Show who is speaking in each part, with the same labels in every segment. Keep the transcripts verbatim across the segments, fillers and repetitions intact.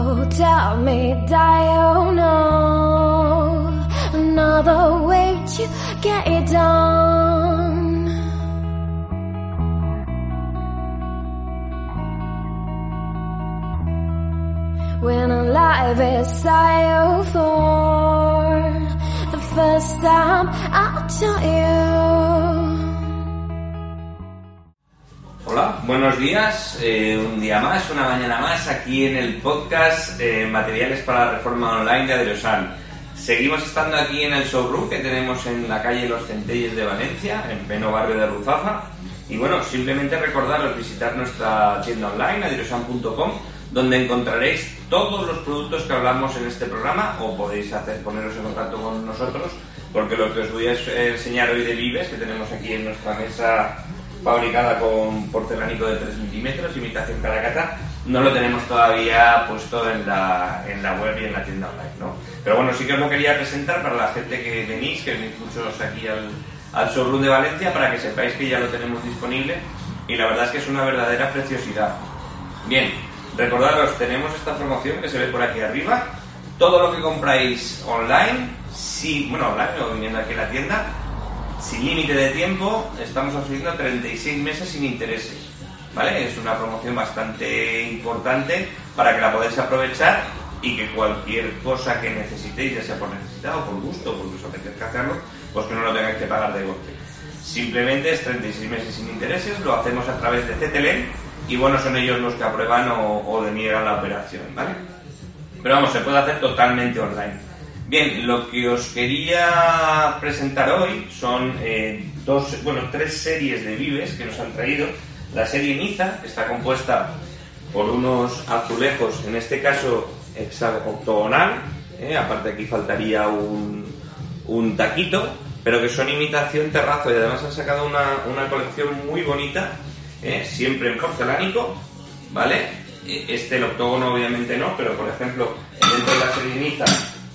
Speaker 1: So tell me, die no, another way to get it done. When alive is I for the first time I'll tell you.
Speaker 2: Hola, buenos días, eh, un día más, una mañana más aquí en el podcast eh, Materiales para la Reforma Online de Adriosan. Seguimos estando aquí en el showroom que tenemos en la calle Los Centelles de Valencia, en pleno barrio de Ruzafa. Y bueno, simplemente recordaros visitar nuestra tienda online, adriosan punto com, donde encontraréis todos los productos que hablamos en este programa, o podéis hacer poneros en contacto con nosotros, porque lo que os voy a enseñar hoy de Vives, que tenemos aquí en nuestra mesa fabricada con porcelánico de tres milímetros, imitación caracata, no lo tenemos todavía puesto en la, en la web y en la tienda online, ¿no? Pero bueno, sí que os lo quería presentar para la gente que venís, que venís muchos aquí al, al showroom de Valencia, para que sepáis que ya lo tenemos disponible, y la verdad es que es una verdadera preciosidad. Bien, recordaros, tenemos esta promoción que se ve por aquí arriba. Todo lo que compráis online, sí, bueno, online o viniendo aquí a la tienda, sin límite de tiempo, estamos ofreciendo treinta y seis meses sin intereses, ¿vale? Es una promoción bastante importante para que la podáis aprovechar y que cualquier cosa que necesitéis, ya sea por necesidad o por gusto, o porque os apetezca hacerlo, pues que no lo tengáis que pagar de golpe. Simplemente es treinta y seis meses sin intereses, lo hacemos a través de Cetelem y bueno, son ellos los que aprueban o, o deniegan la operación, ¿vale? Pero vamos, se puede hacer totalmente online. Bien, lo que os quería presentar hoy son eh, dos, bueno, tres series de Vives que nos han traído. La serie Niza está compuesta por unos azulejos, en este caso octogonal, eh, aparte aquí faltaría un, un taquito, pero que son imitación terrazo y además han sacado una, una colección muy bonita, eh, siempre en porcelánico, ¿vale? Este, el octógono obviamente no, pero por ejemplo, dentro de la serie Niza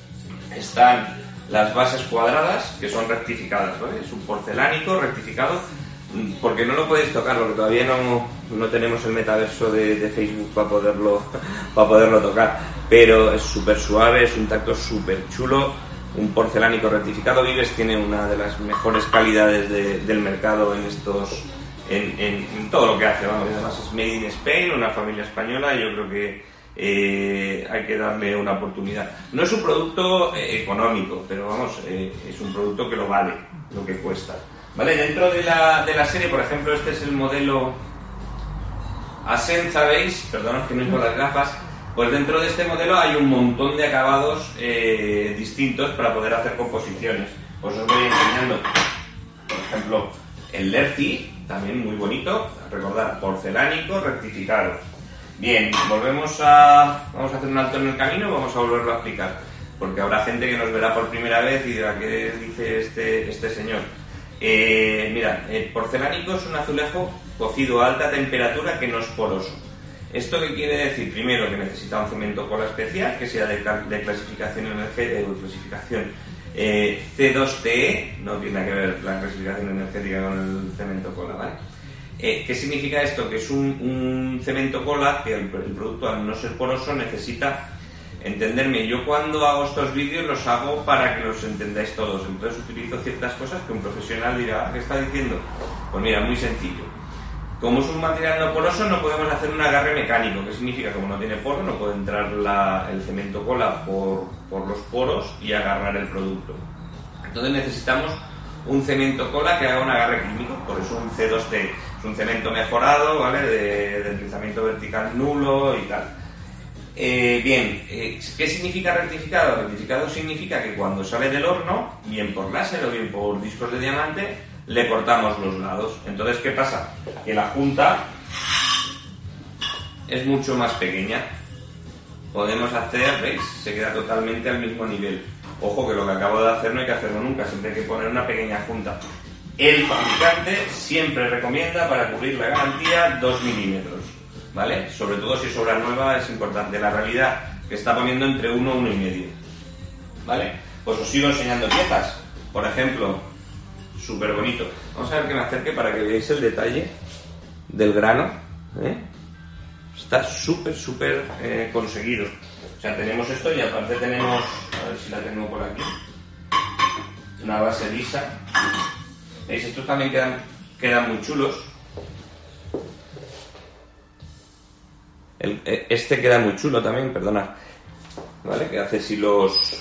Speaker 2: están las bases cuadradas, que son rectificadas, ¿vale? Es un porcelánico rectificado, porque no lo podéis tocar, porque todavía no, no tenemos el metaverso de, de Facebook para poderlo, para poderlo tocar, pero es súper suave, es un tacto súper chulo, un porcelánico rectificado. Vives tiene una de las mejores calidades de, del mercado en estos, en, en, en todo lo que hace, vamos, además es made in Spain, una familia española, y yo creo que Eh, hay que darle una oportunidad. No es un producto eh, económico, pero vamos, eh, es un producto que lo vale, lo que cuesta. ¿Vale? Dentro de la, de la serie, por ejemplo, este es el modelo Asenza, ¿veis? Perdón, que no tengo las gafas. Pues dentro de este modelo hay un montón de acabados eh, distintos para poder hacer composiciones. Pues os voy enseñando. Por ejemplo, el Lerci, también muy bonito. Recordad, porcelánico rectificado. Bien, volvemos a... Vamos a hacer un alto en el camino y vamos a volverlo a explicar, porque habrá gente que nos verá por primera vez y dirá, ¿qué dice este, este señor? Eh, mira, el porcelánico es un azulejo cocido a alta temperatura que no es poroso. ¿Esto qué quiere decir? Primero, que necesita un cemento cola especial, que sea de, de clasificación energética, de clasificación eh, C dos T E, no tiene que ver la clasificación energética con el cemento cola, ¿vale? Eh, ¿Qué significa esto? Que es un, un cemento cola que el, el producto, al no ser poroso, necesita entenderme. Yo cuando hago estos vídeos los hago para que los entendáis todos, entonces utilizo ciertas cosas que un profesional dirá, ¿qué está diciendo? Pues mira, muy sencillo. Como es un material no poroso, no podemos hacer un agarre mecánico. ¿Qué significa? Como no tiene poro, no puede entrar la, el cemento cola por, por los poros y agarrar el producto. Entonces necesitamos un cemento cola que haga un agarre químico, por eso un C dos T. Es un cemento mejorado, ¿vale? De deslizamiento vertical nulo y tal. Eh, bien, eh, ¿qué significa rectificado? Rectificado significa que cuando sale del horno, bien por láser o bien por discos de diamante, le cortamos los lados. Entonces, ¿qué pasa? Que la junta es mucho más pequeña. Podemos hacer, ¿veis? Se queda totalmente al mismo nivel. Ojo, que lo que acabo de hacer no hay que hacerlo nunca, siempre hay que poner una pequeña junta. El fabricante siempre recomienda, para cubrir la garantía, dos milímetros, ¿vale? Sobre todo si es obra nueva es importante. La realidad que está poniendo entre uno y uno y medio, ¿vale? Pues os sigo enseñando piezas. Por ejemplo, súper bonito. Vamos a ver que me acerque para que veáis el detalle del grano, ¿eh? Está súper, súper eh, conseguido. O sea, tenemos esto y aparte tenemos, a ver si la tengo por aquí, una base lisa. ¿Veis? Estos también quedan, quedan muy chulos. El, este queda muy chulo también, perdona. ¿Vale? Que hace si los...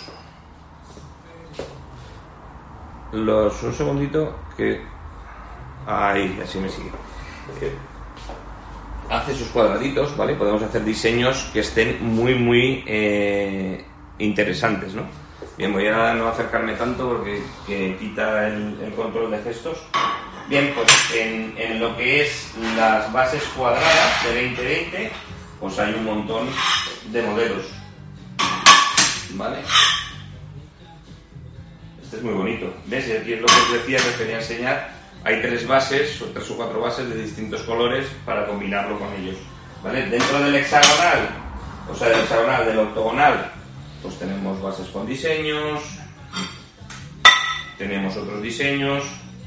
Speaker 2: Los... Un segundito que... Ahí, así me sigue. Eh, hace sus cuadraditos, ¿vale? Podemos hacer diseños que estén muy, muy eh, interesantes, ¿no? Bien, voy a no acercarme tanto porque que quita el, el control de gestos. Bien, pues en, en lo que es las bases cuadradas de veinte veinte, pues hay un montón de modelos, ¿vale? Este es muy bonito. ¿Ves? Y aquí es lo que os decía que os quería enseñar. Hay tres bases, o tres o cuatro bases de distintos colores para combinarlo con ellos, ¿vale? Dentro del hexagonal, o sea, del hexagonal, del octogonal, pues tenemos bases con diseños, tenemos otros diseños,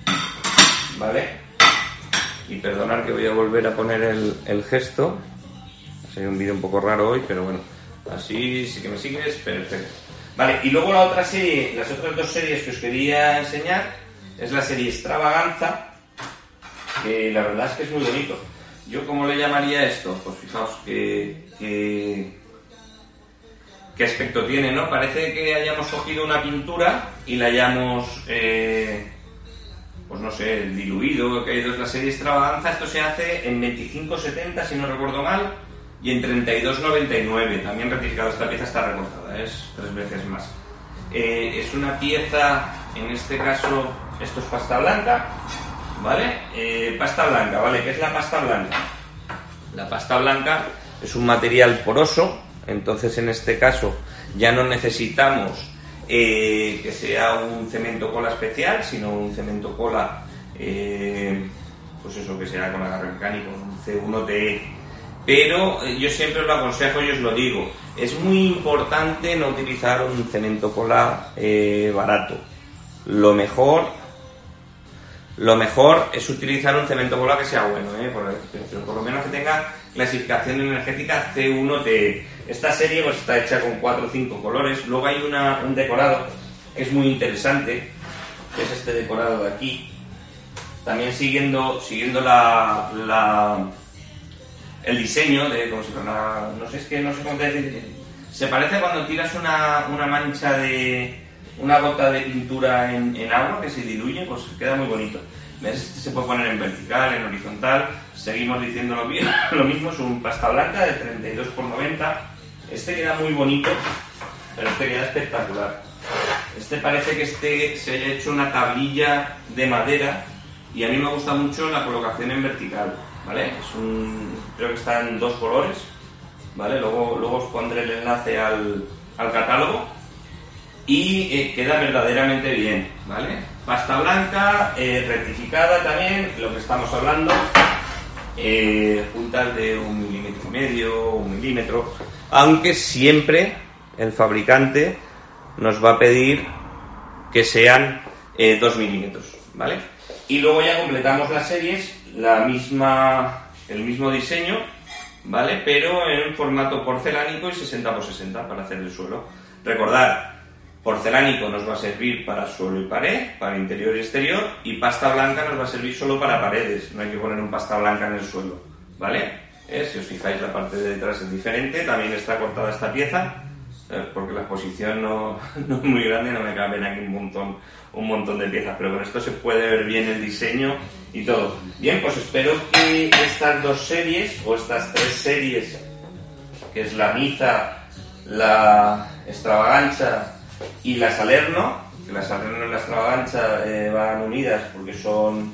Speaker 2: ¿vale? Y perdonad que voy a volver a poner el, el gesto. Ha sido un vídeo un poco raro hoy, pero bueno, así sí que me sigues, perfecto. Vale, y luego la otra serie, las otras dos series que os quería enseñar, es la serie Extravaganza, que la verdad es que es muy bonito. ¿Yo cómo le llamaría esto? Pues fijaos que, que, qué aspecto tiene, ¿no? Parece que hayamos cogido una pintura y la hayamos, eh, pues no sé, diluido, que es la serie Extravaganza. Esto se hace en veinticinco setenta, si no recuerdo mal, y en treinta y dos noventa y nueve. También rectificado, esta pieza está recortada, es tres veces más. Eh, es una pieza, en este caso, esto es pasta blanca, ¿vale? Eh, pasta blanca, ¿vale? ¿Qué es la pasta blanca? La pasta blanca es un material poroso, entonces en este caso ya no necesitamos eh, que sea un cemento cola especial, sino un cemento cola, eh, pues eso, que sea con agarre mecánico, un C uno T E. Pero eh, yo siempre os lo aconsejo y os lo digo, es muy importante no utilizar un cemento cola eh, barato. Lo mejor, lo mejor es utilizar un cemento cola que sea bueno, ¿eh? por, pero por lo menos que tenga clasificación energética C uno T E. Esta serie pues está hecha con cuatro o cinco colores. Luego hay una, un decorado que es muy interesante, que es este decorado de aquí. También siguiendo, siguiendo la... la el diseño de como si fuera, no sé, es que no sé cómo te decir, se parece cuando tiras una, una mancha de una gota de pintura en, en agua que se diluye, pues queda muy bonito. ¿Ves? Este se puede poner en vertical, en horizontal. Seguimos diciéndolo bien, lo mismo, es un pasta blanca de treinta y dos por noventa. Este queda muy bonito, pero este queda espectacular. Este parece que este se haya hecho una tablilla de madera y a mí me gusta mucho la colocación en vertical. ¿Vale? Es un, creo que está en dos colores, ¿vale? Luego, luego os pondré el enlace al, al catálogo y eh, queda verdaderamente bien, ¿vale? Pasta blanca, eh, rectificada también, lo que estamos hablando, eh, puntas de un milímetro y medio, un milímetro, aunque siempre el fabricante nos va a pedir que sean eh, dos milímetros, ¿vale? Y luego ya completamos las series, la misma, el mismo diseño, ¿vale? Pero en formato porcelánico y sesenta por sesenta para hacer el suelo. Recordad, porcelánico nos va a servir para suelo y pared, para interior y exterior, y pasta blanca nos va a servir solo para paredes, no hay que poner un pasta blanca en el suelo, ¿vale? ¿Eh? Si os fijáis, la parte de detrás es diferente, también está cortada esta pieza, ¿eh? Porque la exposición no, no es muy grande, no me caben aquí un montón, un montón de piezas, pero con esto se puede ver bien el diseño y todo. Bien, pues espero que estas dos series, o estas tres series, que es la Niza, la Extravaganza y la Salerno, que la Salerno y la Extravaganza eh, van unidas porque son,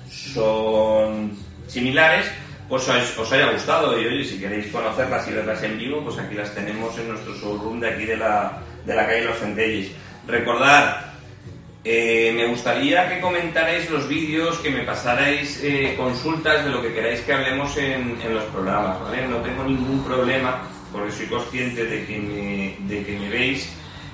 Speaker 2: son similares, pues os, os haya gustado. Y oye, si queréis conocerlas y verlas en vivo, pues aquí las tenemos en nuestro showroom de aquí de la, de la calle Los Centellis. Recordad, Eh, me gustaría que comentarais los vídeos, que me pasarais eh, consultas de lo que queráis que hablemos en, en los programas, ¿vale? No tengo ningún problema, porque soy consciente de que me, de que me veis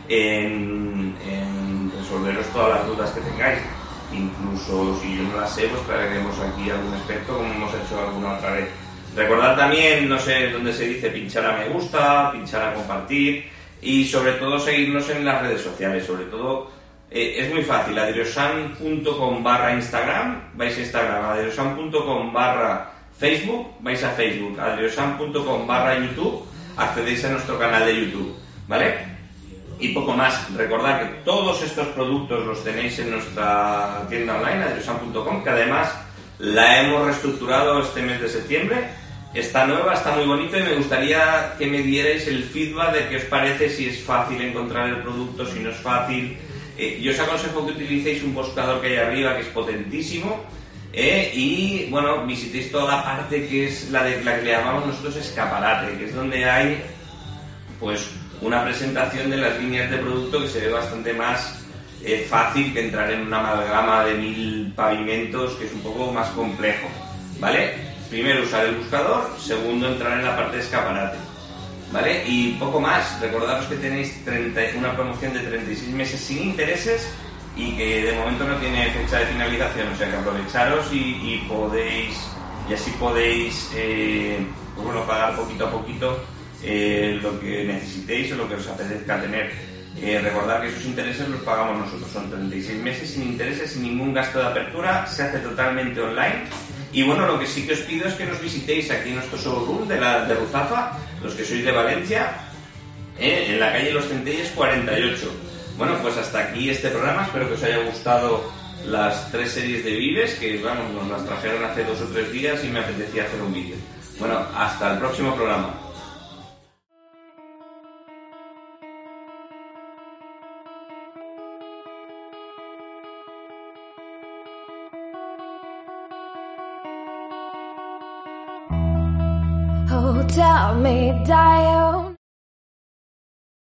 Speaker 2: en, en resolveros todas las dudas que tengáis. Incluso si yo no las sé, pues traeremos aquí algún experto, como hemos hecho alguna otra vez, Recordad también, no sé dónde se dice, pinchar a me gusta, pinchar a compartir y sobre todo seguirnos en las redes sociales. Sobre todo, eh, es muy fácil, adriosan punto com barra Instagram, vais a Instagram, adriosan punto com barra Facebook, vais a Facebook, adriosan punto com barra YouTube, accedéis a nuestro canal de YouTube, ¿vale? Y poco más. Recordad que todos estos productos los tenéis en nuestra tienda online, adriosan punto com, que además la hemos reestructurado este mes de septiembre. Está nueva, está muy bonito y me gustaría que me dierais el feedback de qué os parece, si es fácil encontrar el producto, si no es fácil. Eh, yo os aconsejo que utilicéis un buscador que hay arriba, que es potentísimo, eh, y bueno, visitéis toda la parte que es la, de, la que le llamamos nosotros escaparate, que es donde hay pues una presentación de las líneas de producto que se ve bastante más eh, fácil que entrar en una amalgama de mil pavimentos, que es un poco más complejo, ¿vale? Primero usar el buscador, segundo entrar en la parte de escaparate, ¿vale? Y poco más. Recordaros que tenéis treinta, una promoción de treinta y seis meses sin intereses y que de momento no tiene fecha de finalización, o sea que aprovecharos y, y podéis, y así podéis eh, pues bueno, pagar poquito a poquito eh, lo que necesitéis o lo que os apetezca tener. Eh, recordad que esos intereses los pagamos nosotros, son treinta y seis meses sin intereses, sin ningún gasto de apertura, se hace totalmente online. Y bueno, lo que sí que os pido es que nos visitéis aquí en nuestro showroom de, la, de Ruzafa, los que sois de Valencia, eh, en la calle Los Centelles cuarenta y ocho. Bueno, pues hasta aquí este programa, espero que os haya gustado las tres series de Vives, que vamos, nos las trajeron hace dos o tres días y me apetecía hacer un vídeo. Bueno, hasta el próximo programa.
Speaker 1: Oh, tell me, Dio.